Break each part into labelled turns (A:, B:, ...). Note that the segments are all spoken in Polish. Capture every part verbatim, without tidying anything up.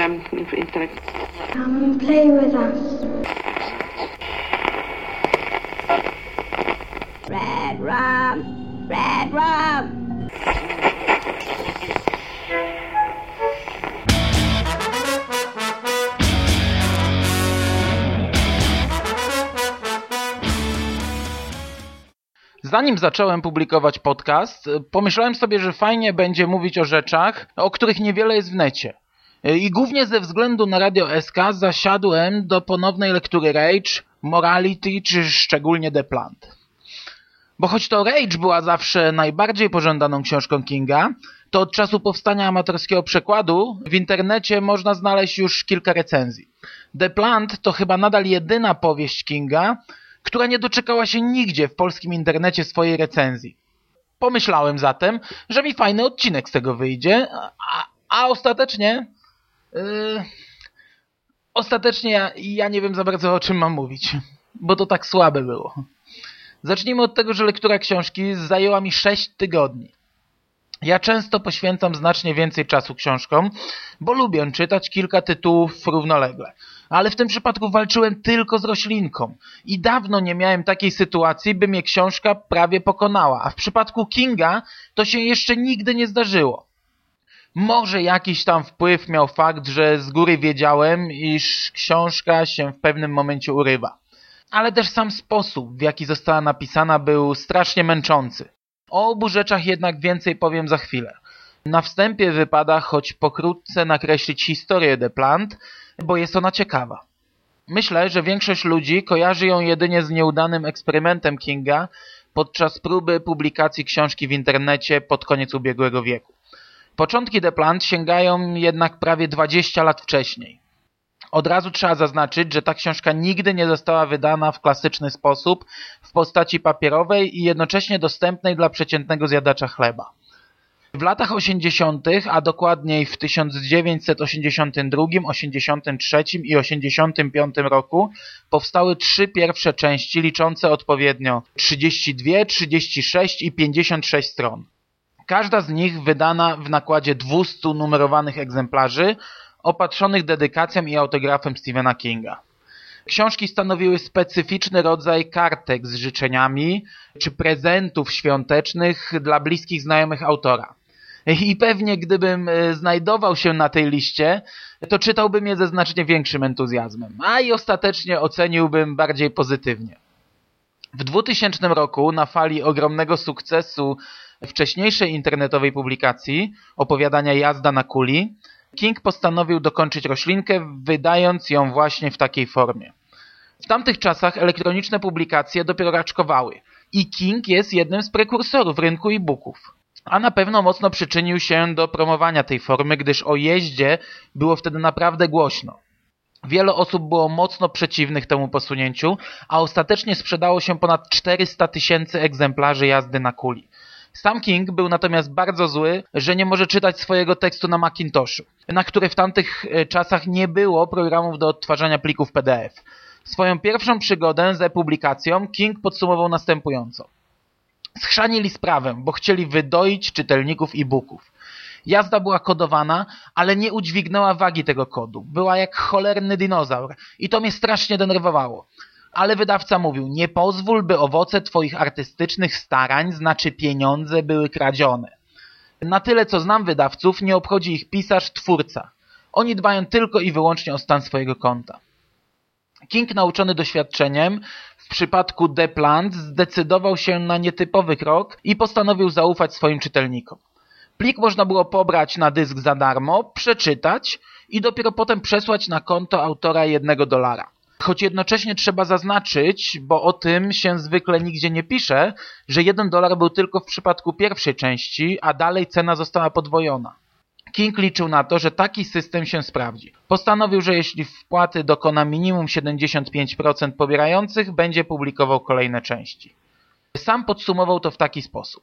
A: um, intellect.
B: Come and play with us. Red rum, red rum.
C: Zanim zacząłem publikować podcast, pomyślałem sobie, że fajnie będzie mówić o rzeczach, o których niewiele jest w necie. I głównie ze względu na Radio S K zasiadłem do ponownej lektury Rage, Morality czy szczególnie The Plant. Bo choć to Rage była zawsze najbardziej pożądaną książką Kinga, to od czasu powstania amatorskiego przekładu w internecie można znaleźć już kilka recenzji. The Plant to chyba nadal jedyna powieść Kinga, która nie doczekała się nigdzie w polskim internecie swojej recenzji. Pomyślałem zatem, że mi fajny odcinek z tego wyjdzie, a, a ostatecznie... Yy, ostatecznie ja, ja nie wiem za bardzo, o czym mam mówić, bo to tak słabe było. Zacznijmy od tego, że lektura książki zajęła mi sześć tygodni. Ja często poświęcam znacznie więcej czasu książkom, bo lubię czytać kilka tytułów równolegle. Ale w tym przypadku walczyłem tylko z roślinką i dawno nie miałem takiej sytuacji, by mnie książka prawie pokonała, a w przypadku Kinga to się jeszcze nigdy nie zdarzyło. Może jakiś tam wpływ miał fakt, że z góry wiedziałem, iż książka się w pewnym momencie urywa. Ale też sam sposób, w jaki została napisana, był strasznie męczący. O obu rzeczach jednak więcej powiem za chwilę. Na wstępie wypada choć pokrótce nakreślić historię The Plant, bo jest ona ciekawa. Myślę, że większość ludzi kojarzy ją jedynie z nieudanym eksperymentem Kinga podczas próby publikacji książki w internecie pod koniec ubiegłego wieku. Początki The Plant sięgają jednak prawie dwadzieścia lat wcześniej. Od razu trzeba zaznaczyć, że ta książka nigdy nie została wydana w klasyczny sposób w postaci papierowej i jednocześnie dostępnej dla przeciętnego zjadacza chleba. W latach osiemdziesiątych, a dokładniej w tysiąc dziewięćset osiemdziesiątym drugim, osiemdziesiątym trzecim i osiemdziesiątym piątym roku powstały trzy pierwsze części liczące odpowiednio trzydzieści dwie, trzydzieści sześć i pięćdziesiąt sześć stron. Każda z nich wydana w nakładzie dwustu numerowanych egzemplarzy opatrzonych dedykacją i autografem Stephena Kinga. Książki stanowiły specyficzny rodzaj kartek z życzeniami czy prezentów świątecznych dla bliskich znajomych autora. I pewnie gdybym znajdował się na tej liście, to czytałbym je ze znacznie większym entuzjazmem, a i ostatecznie oceniłbym bardziej pozytywnie. W dwutysięcznym roku na fali ogromnego sukcesu wcześniejszej internetowej publikacji opowiadania Jazda na kuli, King postanowił dokończyć roślinkę, wydając ją właśnie w takiej formie. W tamtych czasach elektroniczne publikacje dopiero raczkowały i King jest jednym z prekursorów rynku e-booków. A na pewno mocno przyczynił się do promowania tej formy, gdyż o jeździe było wtedy naprawdę głośno. Wiele osób było mocno przeciwnych temu posunięciu, a ostatecznie sprzedało się ponad czterysta tysięcy egzemplarzy Jazdy na kuli. Sam King był natomiast bardzo zły, że nie może czytać swojego tekstu na Macintoshu, na które w tamtych czasach nie było programów do odtwarzania plików P D F. Swoją pierwszą przygodę z e-publikacją King podsumował następująco. Schrzanili sprawę, bo chcieli wydoić czytelników e-booków. Jazda była kodowana, ale nie udźwignęła wagi tego kodu. Była jak cholerny dinozaur i to mnie strasznie denerwowało. Ale wydawca mówił, nie pozwól, by owoce twoich artystycznych starań, znaczy pieniądze, były kradzione. Na tyle, co znam wydawców, nie obchodzi ich pisarz, twórca. Oni dbają tylko i wyłącznie o stan swojego konta. King, nauczony doświadczeniem, w przypadku The Plant zdecydował się na nietypowy krok i postanowił zaufać swoim czytelnikom. Plik można było pobrać na dysk za darmo, przeczytać i dopiero potem przesłać na konto autora jednego dolara. Choć jednocześnie trzeba zaznaczyć, bo o tym się zwykle nigdzie nie pisze, że jeden dolar był tylko w przypadku pierwszej części, a dalej cena została podwojona. King liczył na to, że taki system się sprawdzi. Postanowił, że jeśli wpłaty dokona minimum siedemdziesiąt pięć procent pobierających, będzie publikował kolejne części. Sam podsumował to w taki sposób.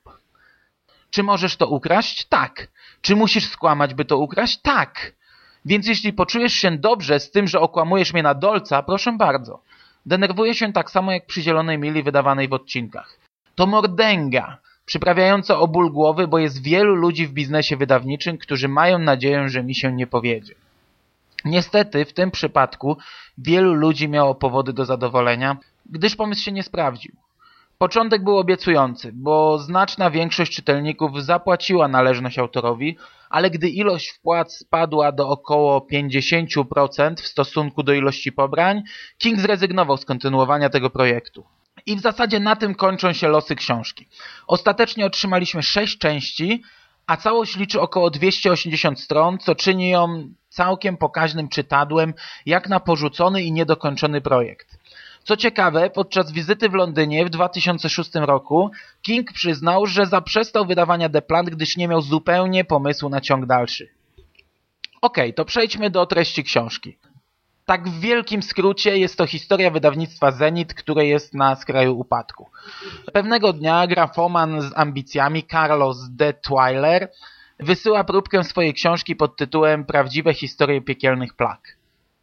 C: Czy możesz to ukraść? Tak. Czy musisz skłamać, by to ukraść? Tak. Więc jeśli poczujesz się dobrze z tym, że okłamujesz mnie na dolca, proszę bardzo. Denerwuję się tak samo jak przy zielonej mili wydawanej w odcinkach. To mordęga, przyprawiająca o ból głowy, bo jest wielu ludzi w biznesie wydawniczym, którzy mają nadzieję, że mi się nie powiedzie. Niestety w tym przypadku wielu ludzi miało powody do zadowolenia, gdyż pomysł się nie sprawdził. Początek był obiecujący, bo znaczna większość czytelników zapłaciła należność autorowi, ale gdy ilość wpłat spadła do około pięćdziesiąt procent w stosunku do ilości pobrań, King zrezygnował z kontynuowania tego projektu. I w zasadzie na tym kończą się losy książki. Ostatecznie otrzymaliśmy sześć części, a całość liczy około dwieście osiemdziesiąt stron, co czyni ją całkiem pokaźnym czytadłem jak na porzucony i niedokończony projekt. Co ciekawe, podczas wizyty w Londynie w dwa tysiące szóstym roku King przyznał, że zaprzestał wydawania The Plant, gdyż nie miał zupełnie pomysłu na ciąg dalszy. Okej, okay, to przejdźmy do treści książki. Tak w wielkim skrócie jest to historia wydawnictwa Zenit, które jest na skraju upadku. Pewnego dnia grafoman z ambicjami Carlos Detweiler wysyła próbkę swojej książki pod tytułem Prawdziwe historie piekielnych plag.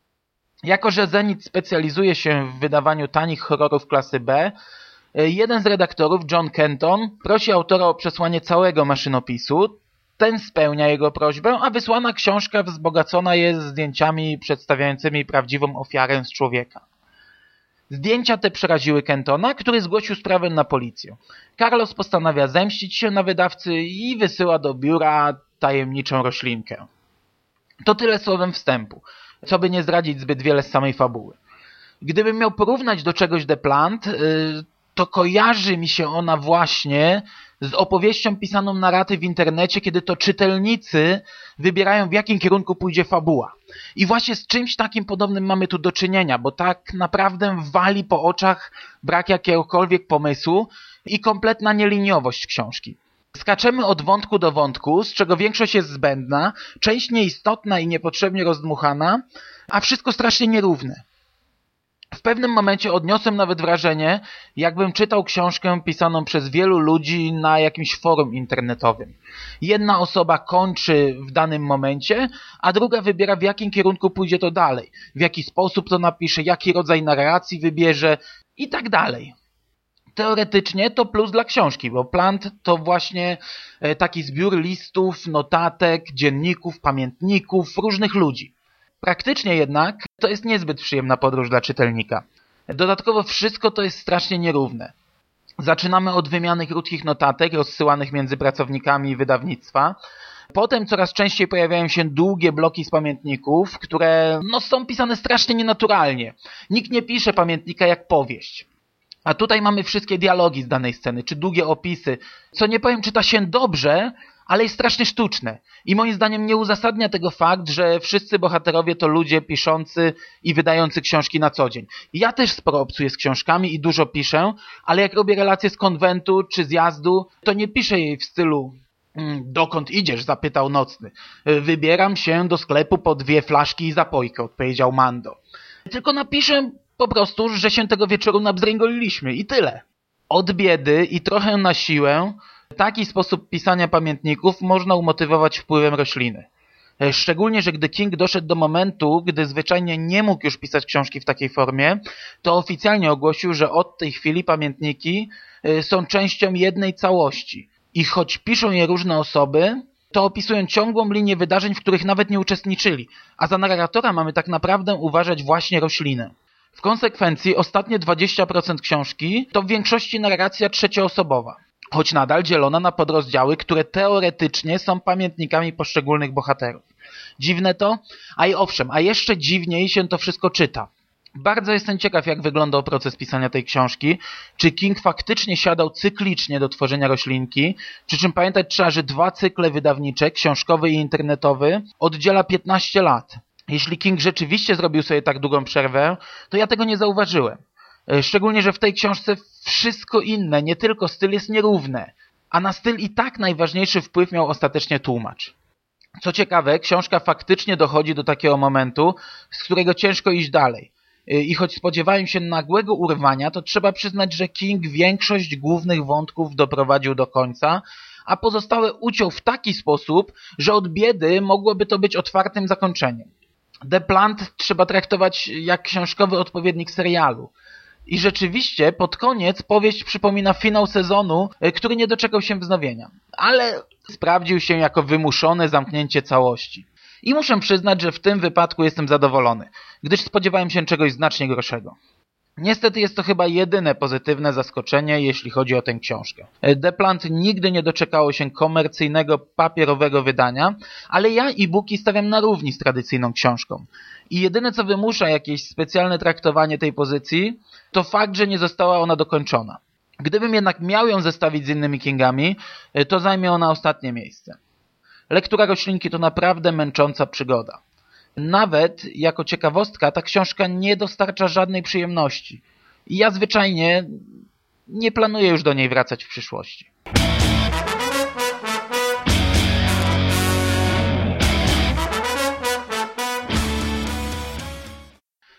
C: Jako że Zenit specjalizuje się w wydawaniu tanich horrorów klasy B, jeden z redaktorów, John Kenton, prosi autora o przesłanie całego maszynopisu. Ten spełnia jego prośbę, a wysłana książka wzbogacona jest zdjęciami przedstawiającymi prawdziwą ofiarę z człowieka. Zdjęcia te przeraziły Kentona, który zgłosił sprawę na policję. Carlos postanawia zemścić się na wydawcy i wysyła do biura tajemniczą roślinkę. To tyle słowem wstępu, co by nie zdradzić zbyt wiele z samej fabuły. Gdybym miał porównać do czegoś The Plant, to kojarzy mi się ona właśnie z opowieścią pisaną na raty w internecie, kiedy to czytelnicy wybierają, w jakim kierunku pójdzie fabuła. I właśnie z czymś takim podobnym mamy tu do czynienia, bo tak naprawdę wali po oczach brak jakiegokolwiek pomysłu i kompletna nieliniowość książki. Skaczemy od wątku do wątku, z czego większość jest zbędna, część nieistotna i niepotrzebnie rozdmuchana, a wszystko strasznie nierówne. W pewnym momencie odniosłem nawet wrażenie, jakbym czytał książkę pisaną przez wielu ludzi na jakimś forum internetowym. Jedna osoba kończy w danym momencie, a druga wybiera, w jakim kierunku pójdzie to dalej, w jaki sposób to napisze, jaki rodzaj narracji wybierze i tak dalej. Teoretycznie to plus dla książki, bo Plant to właśnie taki zbiór listów, notatek, dzienników, pamiętników różnych ludzi. Praktycznie jednak to jest niezbyt przyjemna podróż dla czytelnika. Dodatkowo wszystko to jest strasznie nierówne. Zaczynamy od wymiany krótkich notatek rozsyłanych między pracownikami wydawnictwa. Potem coraz częściej pojawiają się długie bloki z pamiętników, które no, są pisane strasznie nienaturalnie. Nikt nie pisze pamiętnika jak powieść. A tutaj mamy wszystkie dialogi z danej sceny, czy długie opisy, co nie powiem czyta się dobrze, ale jest strasznie sztuczne. I moim zdaniem nie uzasadnia tego fakt, że wszyscy bohaterowie to ludzie piszący i wydający książki na co dzień. Ja też sporo obcuję z książkami i dużo piszę, ale jak robię relacje z konwentu czy zjazdu, to nie piszę jej w stylu dokąd idziesz? Zapytał nocny. Wybieram się do sklepu po dwie flaszki i zapojkę, odpowiedział Mando. Tylko napiszę po prostu, że się tego wieczoru nabzdręgoliliśmy i tyle. Od biedy i trochę na siłę taki sposób pisania pamiętników można umotywować wpływem rośliny. Szczególnie, że gdy King doszedł do momentu, gdy zwyczajnie nie mógł już pisać książki w takiej formie, to oficjalnie ogłosił, że od tej chwili pamiętniki są częścią jednej całości. I choć piszą je różne osoby, to opisują ciągłą linię wydarzeń, w których nawet nie uczestniczyli, a za narratora mamy tak naprawdę uważać właśnie roślinę. W konsekwencji ostatnie dwadzieścia procent książki to w większości narracja trzecioosobowa, choć nadal dzielona na podrozdziały, które teoretycznie są pamiętnikami poszczególnych bohaterów. Dziwne to? A i owszem, a jeszcze dziwniej się to wszystko czyta. Bardzo jestem ciekaw, jak wyglądał proces pisania tej książki. Czy King faktycznie siadał cyklicznie do tworzenia roślinki? Przy czym pamiętać trzeba, że dwa cykle wydawnicze, książkowy i internetowy, oddziela piętnaście lat. Jeśli King rzeczywiście zrobił sobie tak długą przerwę, to ja tego nie zauważyłem. Szczególnie, że w tej książce wszystko inne, nie tylko styl, jest nierówne. A na styl i tak najważniejszy wpływ miał ostatecznie tłumacz. Co ciekawe, książka faktycznie dochodzi do takiego momentu, z którego ciężko iść dalej. I choć spodziewałem się nagłego urwania, to trzeba przyznać, że King większość głównych wątków doprowadził do końca, a pozostałe uciął w taki sposób, że od biedy mogłoby to być otwartym zakończeniem. The Plant trzeba traktować jak książkowy odpowiednik serialu. I rzeczywiście pod koniec powieść przypomina finał sezonu, który nie doczekał się wznowienia. Ale sprawdził się jako wymuszone zamknięcie całości. I muszę przyznać, że w tym wypadku jestem zadowolony, gdyż spodziewałem się czegoś znacznie gorszego. Niestety jest to chyba jedyne pozytywne zaskoczenie, jeśli chodzi o tę książkę. Deplant nigdy nie doczekało się komercyjnego, papierowego wydania, ale ja e-booki stawiam na równi z tradycyjną książką. I jedyne, co wymusza jakieś specjalne traktowanie tej pozycji, to fakt, że nie została ona dokończona. Gdybym jednak miał ją zestawić z innymi Kingami, to zajmie ona ostatnie miejsce. Lektura Roślinki to naprawdę męcząca przygoda. Nawet jako ciekawostka ta książka nie dostarcza żadnej przyjemności. I ja zwyczajnie nie planuję już do niej wracać w przyszłości.